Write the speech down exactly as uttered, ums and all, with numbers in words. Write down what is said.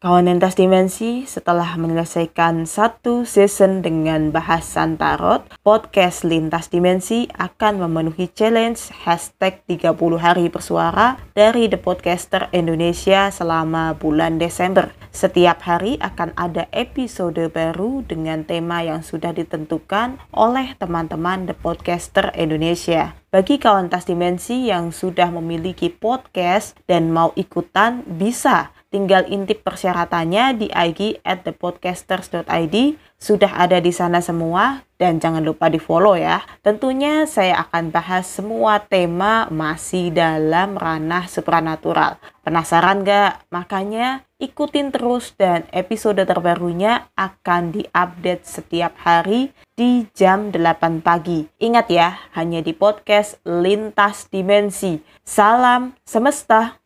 Kawan Lintas Dimensi, setelah menyelesaikan satu season dengan bahasan tarot, podcast Lintas Dimensi akan memenuhi challenge hashtag tiga puluh hari bersuara dari The Podcaster Indonesia selama bulan Desember. Setiap hari akan ada episode baru dengan tema yang sudah ditentukan oleh teman-teman The Podcaster Indonesia. Bagi kawan Lintas Dimensi yang sudah memiliki podcast dan mau ikutan, bisa tinggal intip persyaratannya di I G at thepodcasters dot I D. Sudah ada di sana semua dan jangan lupa di follow ya. Tentunya saya akan bahas semua tema masih dalam ranah supranatural. Penasaran gak? Makanya ikutin terus dan episode terbarunya akan diupdate setiap hari di jam delapan pagi. Ingat ya, hanya di podcast Lintas Dimensi. Salam semesta.